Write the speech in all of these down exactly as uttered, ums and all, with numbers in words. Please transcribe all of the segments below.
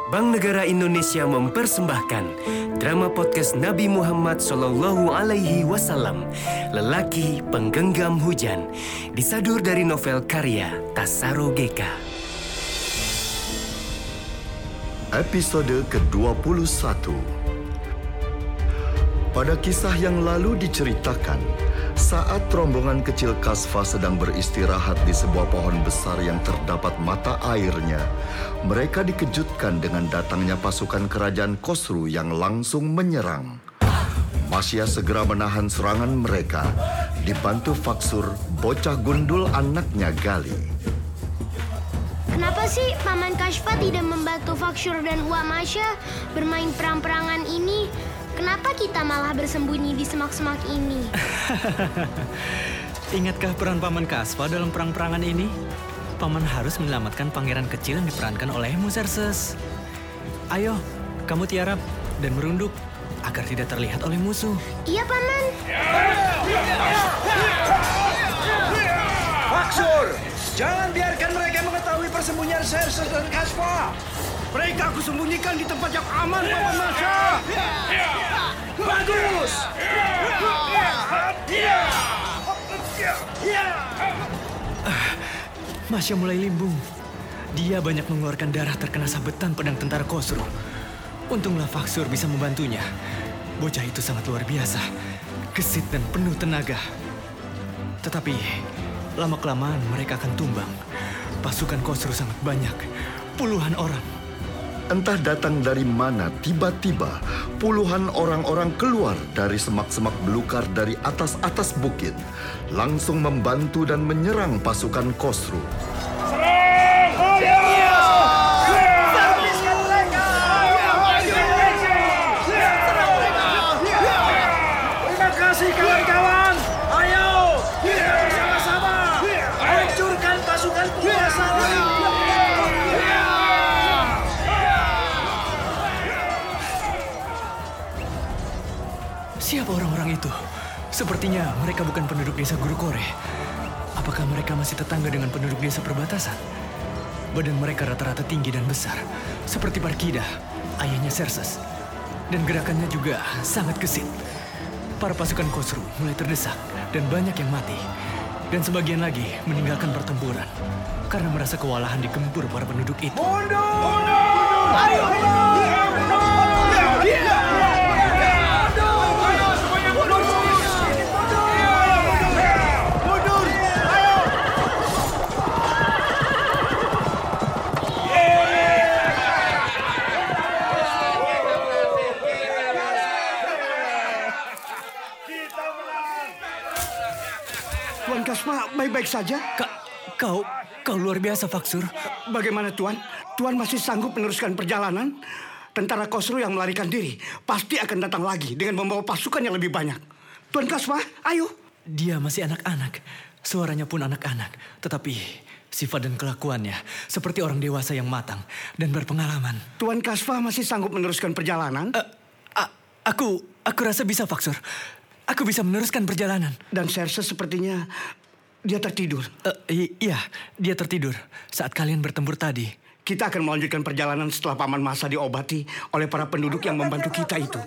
Bank Negara Indonesia mempersembahkan drama podcast Nabi Muhammad Sallallahu Alaihi Wasallam, Lelaki Penggenggam Hujan, disadur dari novel karya Tasaro G K. Episode kedua puluh satu. Pada kisah yang lalu diceritakan, saat rombongan kecil Kasfa sedang beristirahat di sebuah pohon besar yang terdapat mata airnya, mereka dikejutkan dengan datangnya pasukan kerajaan Khosru yang langsung menyerang. Masya segera menahan serangan mereka, dibantu Faksur, bocah gundul anaknya Gali. Kenapa sih Paman Kashfa tidak membantu Faksur dan Uwa Masya bermain perang-perangan ini? Kenapa kita malah bersembunyi di semak-semak ini? Ingatkah peran Paman Kashfa dalam perang-perangan ini? Paman harus menyelamatkan pangeran kecil yang diperankan oleh Xerxes. Ayo, kamu tiarap dan merunduk agar tidak terlihat oleh musuh. Iya, Paman. Faksur, jangan biarkan mereka mengetahui persembunyian Xerxes dan Kashfa. Mereka aku sembunyikan di tempat yang aman, Paman Masya. Bagus. Masya mulai limbung. Dia banyak mengeluarkan darah terkena sabetan pedang tentara Khosru. Untunglah Faksur bisa membantunya. Bocah itu sangat luar biasa, gesit dan penuh tenaga. Tetapi lama-kelamaan mereka akan tumbang. Pasukan Khosru sangat banyak, puluhan orang. Entah datang dari mana, tiba-tiba puluhan orang-orang keluar dari semak-semak belukar dari atas-atas bukit, langsung membantu dan menyerang pasukan Khosru. Terima kasih kawan-kawan. Ayo, kita bersama-sama hancurkan pasukan penguasa ini. Siapa orang-orang itu? Sepertinya mereka bukan penduduk desa Guru Kore. Apakah mereka masih tetangga dengan penduduk desa perbatasan? Badan mereka rata-rata tinggi dan besar, seperti Parkida, ayahnya Xerxes. Dan gerakannya juga sangat gesit. Para pasukan Khosru mulai terdesak dan banyak yang mati. Dan sebagian lagi meninggalkan pertempuran karena merasa kewalahan digempur para penduduk itu. Mundur! Ayo, mundur! Tuan Kashfa baik-baik saja? Ka- kau, kau luar biasa, Faksur. Bagaimana Tuan? Tuan masih sanggup meneruskan perjalanan? Tentara Khosru yang melarikan diri pasti akan datang lagi dengan membawa pasukan yang lebih banyak. Tuan Kashfa, ayo. Dia masih anak-anak, suaranya pun anak-anak. Tetapi sifat dan kelakuannya seperti orang dewasa yang matang dan berpengalaman. Tuan Kashfa masih sanggup meneruskan perjalanan? Uh, a- aku, aku rasa bisa, Faksur. Aku bisa meneruskan perjalanan. Dan Xerxes sepertinya dia tertidur. Uh, i- iya, dia tertidur saat kalian bertempur tadi. Kita akan melanjutkan perjalanan setelah Paman Masa diobati oleh para penduduk yang membantu kita itu.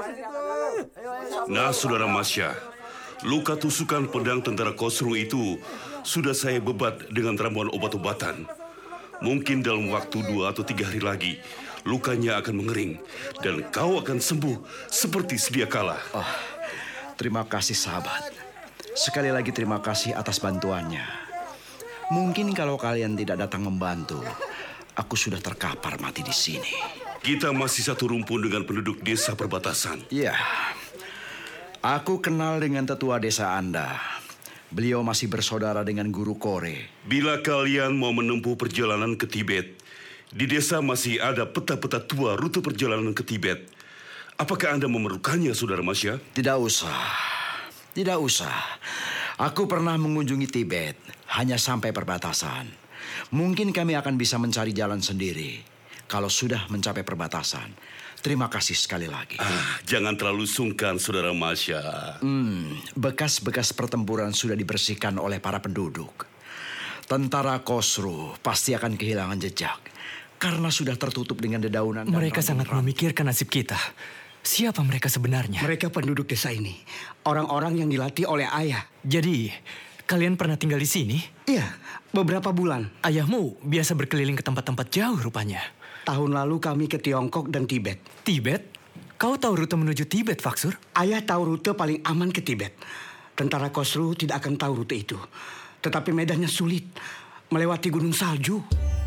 Nah, Saudara Masya, luka tusukan pedang tentara Khosru itu sudah saya bebat dengan ramuan obat-obatan. Mungkin dalam waktu dua atau tiga hari lagi, lukanya akan mengering dan kau akan sembuh seperti sedia kala. Oh, terima kasih sahabat. Sekali lagi terima kasih atas bantuannya. Mungkin kalau kalian tidak datang membantu, aku sudah terkapar mati di sini. Kita masih satu rumpun dengan penduduk desa perbatasan. Iya. Aku kenal dengan tetua desa Anda. Beliau masih bersaudara dengan Guru Kore. Bila kalian mau menempuh perjalanan ke Tibet, di desa masih ada peta-peta tua rute perjalanan ke Tibet. Apakah Anda memerlukannya, Saudara Masya? Tidak usah. Tidak usah. Aku pernah mengunjungi Tibet, hanya sampai perbatasan. Mungkin kami akan bisa mencari jalan sendiri kalau sudah mencapai perbatasan. Terima kasih sekali lagi. Ah, jangan terlalu sungkan, Saudara Masya. Hmm, bekas-bekas pertempuran sudah dibersihkan oleh para penduduk. Tentara Khosru pasti akan kehilangan jejak Karena sudah tertutup dengan dedaunan. dan Mereka sangat ranting-ranting. memikirkan nasib kita. Siapa mereka sebenarnya? Mereka penduduk desa ini. Orang-orang yang dilatih oleh ayah. Jadi, kalian pernah tinggal di sini? Iya, beberapa bulan. Ayahmu biasa berkeliling ke tempat-tempat jauh rupanya. Tahun lalu kami ke Tiongkok dan Tibet. Tibet? Kau tahu rute menuju Tibet, Faksur? Ayah tahu rute paling aman ke Tibet. Tentara Khosrow tidak akan tahu rute itu. Tetapi medannya sulit. Melewati gunung salju.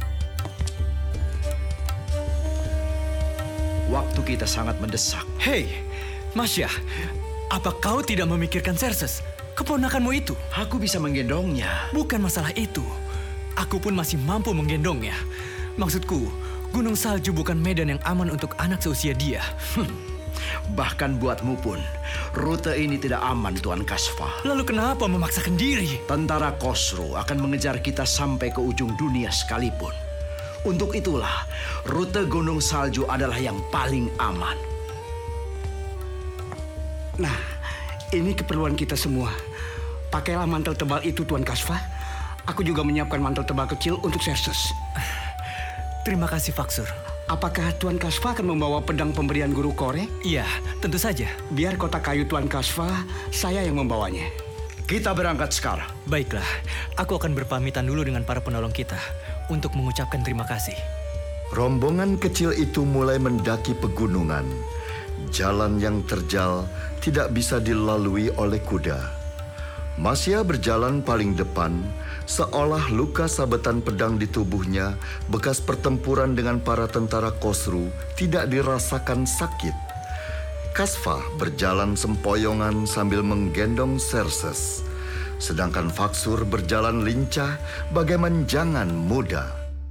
Waktu kita sangat mendesak. Hei, Masya, apa kau tidak memikirkan Xerxes, keponakanmu itu? Aku bisa menggendongnya. Bukan masalah itu. Aku pun masih mampu menggendongnya. Maksudku, gunung salju bukan medan yang aman untuk anak seusia dia. Bahkan buatmu pun, rute ini tidak aman, Tuan Kasva. Lalu kenapa memaksakan diri? Tentara Khosrow akan mengejar kita sampai ke ujung dunia sekalipun. Untuk itulah, rute gunung salju adalah yang paling aman. Nah, ini keperluan kita semua. Pakailah mantel tebal itu, Tuan Kasva. Aku juga menyiapkan mantel tebal kecil untuk Xerxes. Terima kasih, Faksur. Apakah Tuan Kasva akan membawa pedang pemberian guru Kore? Iya, tentu saja. Biar kotak kayu Tuan Kasva, saya yang membawanya. Kita berangkat sekarang. Baiklah, aku akan berpamitan dulu dengan para penolong kita untuk mengucapkan terima kasih. Rombongan kecil itu mulai mendaki pegunungan. Jalan yang terjal tidak bisa dilalui oleh kuda. Masya berjalan paling depan, seolah luka sabetan pedang di tubuhnya bekas pertempuran dengan para tentara Khosrow tidak dirasakan sakit. Kasva berjalan sempoyongan sambil menggendong Xerxes, sedangkan Faksur berjalan lincah bagai menjangan muda.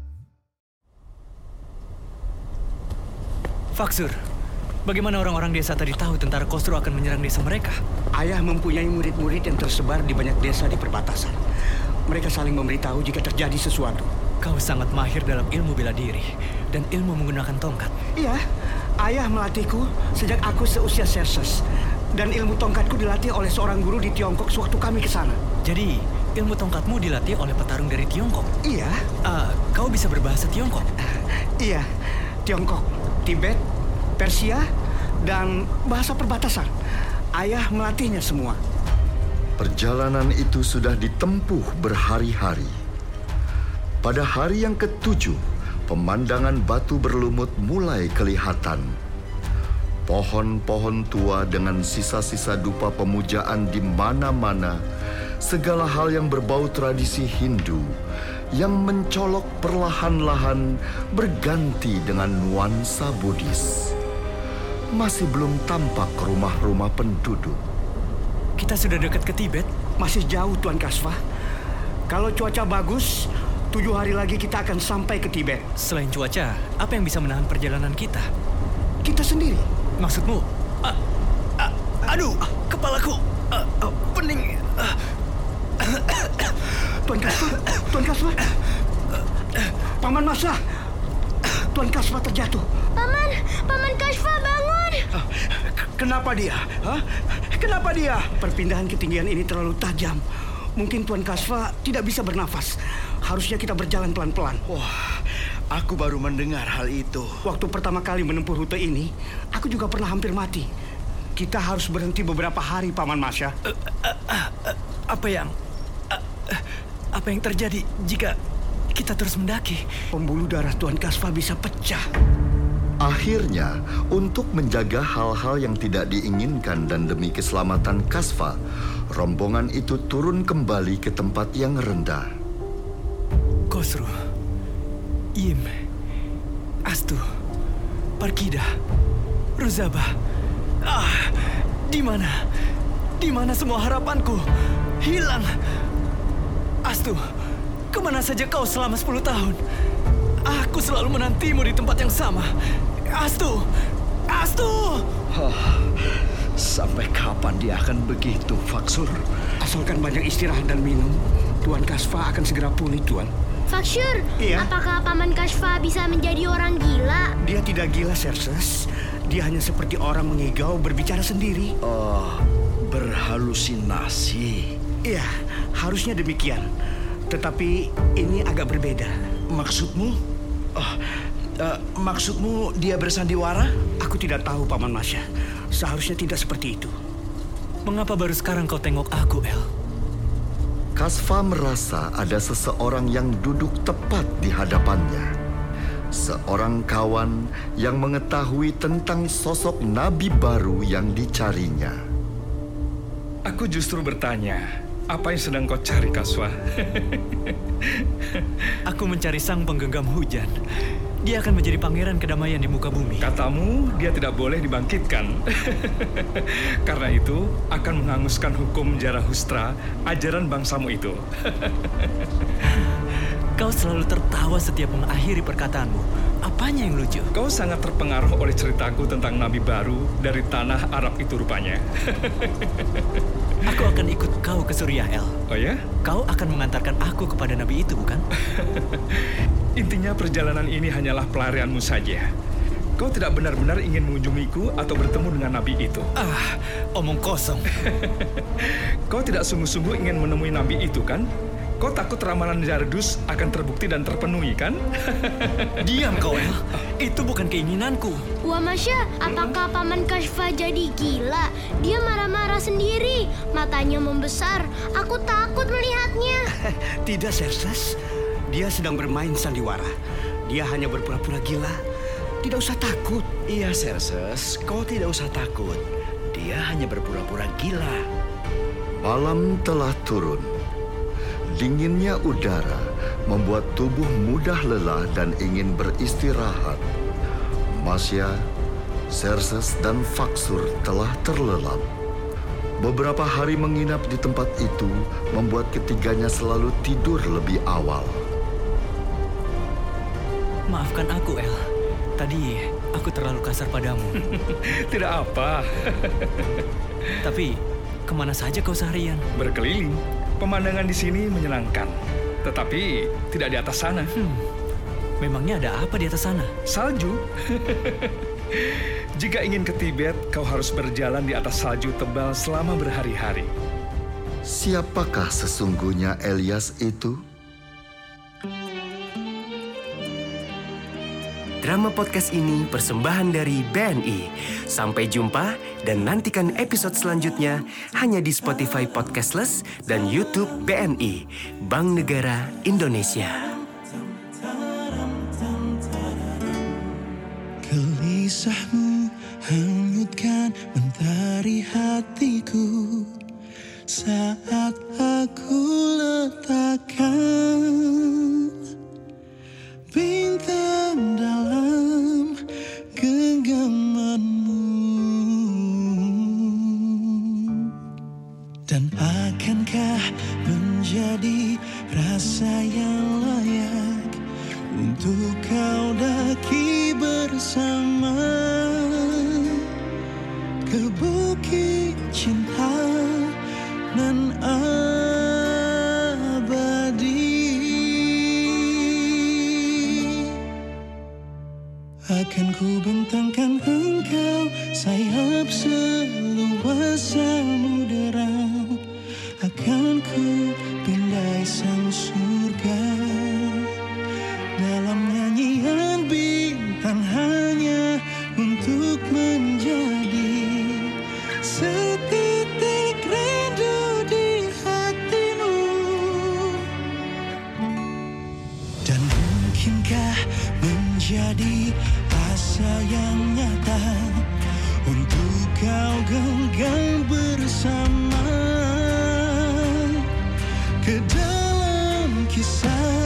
Faksur, bagaimana orang-orang desa tadi tahu tentara Khosrow akan menyerang desa mereka? Ayah mempunyai murid-murid yang tersebar di banyak desa di perbatasan. Mereka saling memberitahu jika terjadi sesuatu. Kau sangat mahir dalam ilmu bela diri dan ilmu menggunakan tongkat. Iya, ayah melatihku sejak aku seusia Xerxes. Dan ilmu tongkatku dilatih oleh seorang guru di Tiongkok sewaktu kami ke sana. Jadi, ilmu tongkatmu dilatih oleh petarung dari Tiongkok? Iya. Ah, kau bisa berbahasa Tiongkok? Iya, Tiongkok, Tibet, Persia, dan bahasa perbatasan. Ayah melatihnya semua. Perjalanan itu sudah ditempuh berhari-hari. Pada hari yang ketujuh, pemandangan batu berlumut mulai kelihatan. Pohon-pohon tua dengan sisa-sisa dupa pemujaan di mana-mana, segala hal yang berbau tradisi Hindu yang mencolok perlahan-lahan berganti dengan nuansa Buddhis. Masih belum tampak rumah-rumah penduduk. Kita sudah dekat ke Tibet? Masih jauh, Tuan Kasva. Kalau cuaca bagus, tujuh hari lagi kita akan sampai ke Tibet. Selain cuaca, apa yang bisa menahan perjalanan kita? Kita sendiri. Maksudmu? Ah, ah, aduh, kepalaku ah, ah, pening. Ah. Tuan Kasva, Tuan Kasva. Paman Masya. Tuan Kasva terjatuh. Paman, Paman Kasva bangun. Kenapa dia? Hah? Kenapa dia? Perpindahan ketinggian ini terlalu tajam. Mungkin Tuan Kasva tidak bisa bernafas. Harusnya kita berjalan pelan-pelan. Wah, aku baru mendengar hal itu. Waktu pertama kali menempuh rute ini, aku juga pernah hampir mati. Kita harus berhenti beberapa hari, Paman Masya. Uh, uh, uh, uh, apa yang... Uh, uh, apa yang terjadi jika kita terus mendaki? Pembuluh darah Tuan Kasva bisa pecah. Akhirnya, untuk menjaga hal-hal yang tidak diinginkan dan demi keselamatan Kasva, rombongan itu turun kembali ke tempat yang rendah. Khosrow, Yim, Astu, Parkida, Rozaba. Ah, di mana? Di mana semua harapanku? Hilang. Astu, kemana saja kau selama sepuluh tahun? Aku selalu menantimu di tempat yang sama. Astu! Astu! Oh, sampai kapan dia akan begitu, Faksur? Asalkan banyak istirahat dan minum, Tuan Kasva akan segera pulih, Tuan. Faksur, Iya? apakah Paman Kasva bisa menjadi orang gila? Dia tidak gila, Xerxes. Dia hanya seperti orang mengigau berbicara sendiri. Oh, berhalusinasi. Iya, harusnya demikian. Tetapi ini agak berbeda. Maksudmu? Oh, Uh, maksudmu dia bersandiwara? Aku tidak tahu, Paman Masya. Seharusnya tidak seperti itu. Mengapa baru sekarang kau tengok aku, El? Kasfa merasa ada seseorang yang duduk tepat di hadapannya. Seorang kawan yang mengetahui tentang sosok nabi baru yang dicarinya. Aku justru bertanya, apa yang sedang kau cari, Kasfa? Aku mencari sang penggenggam hujan. Dia akan menjadi pangeran kedamaian di muka bumi. Katamu dia tidak boleh dibangkitkan. Karena itu akan menghanguskan hukum Zarathustra, ajaran bangsamu itu. Kau selalu tertawa setiap mengakhiri perkataanmu. Apanya yang lucu? Kau sangat terpengaruh oleh ceritaku tentang nabi baru dari tanah Arab itu rupanya. Aku akan ikut kau ke Suriah, El. Oh ya? Kau akan mengantarkan aku kepada nabi itu, bukan? Intinya perjalanan ini hanyalah pelarianmu saja. Kau tidak benar-benar ingin mengunjungiku atau bertemu dengan nabi itu. Ah, omong kosong. Kau tidak sungguh-sungguh ingin menemui nabi itu, kan? Kau takut ramalan Zardus akan terbukti dan terpenuhi, kan? Diam kau, El. Itu bukan keinginanku. Wah, Masya, apakah Paman Kashfa jadi gila? Dia marah-marah sendiri. Matanya membesar. Aku takut melihatnya. Tidak, Xerxes. Dia sedang bermain sandiwara. Dia hanya berpura-pura gila. Tidak usah takut. Iya, Xerxes. Kau tidak usah takut. Dia hanya berpura-pura gila. Malam telah turun. Dinginnya udara membuat tubuh mudah lelah dan ingin beristirahat. Masya, Xerxes, dan Faksur telah terlelap. Beberapa hari menginap di tempat itu membuat ketiganya selalu tidur lebih awal. Maafkan aku, El. Tadi aku terlalu kasar padamu. Tidak apa. Tapi, kemana saja kau seharian? Berkeliling. Pemandangan di sini menyenangkan, tetapi tidak di atas sana. Hmm, memangnya ada apa di atas sana? Salju. Jika ingin ke Tibet, kau harus berjalan di atas salju tebal selama berhari-hari. Siapakah sesungguhnya Elias itu? Drama podcast ini persembahan dari B N I. Sampai jumpa dan nantikan episode selanjutnya hanya di Spotify Podcastless dan YouTube B N I, Bank Negara Indonesia. Gelisahmu hanyutkan mentari hatiku saat aku letakkan bintang dalam genggamanmu. Dan akankah menjadi rasa yang layak untuk kau daki bersama ke bukit cinta nan abadi? Akan ku bentangkan engkau sayap seluas samudera. Akan ku pindai sang surga dalam nyanyian bintang hanya untuk menjadi setitik rindu di hatimu. Dan mungkinkah menjadi asa yang nyata untuk kau genggam bersama ke dalam kisah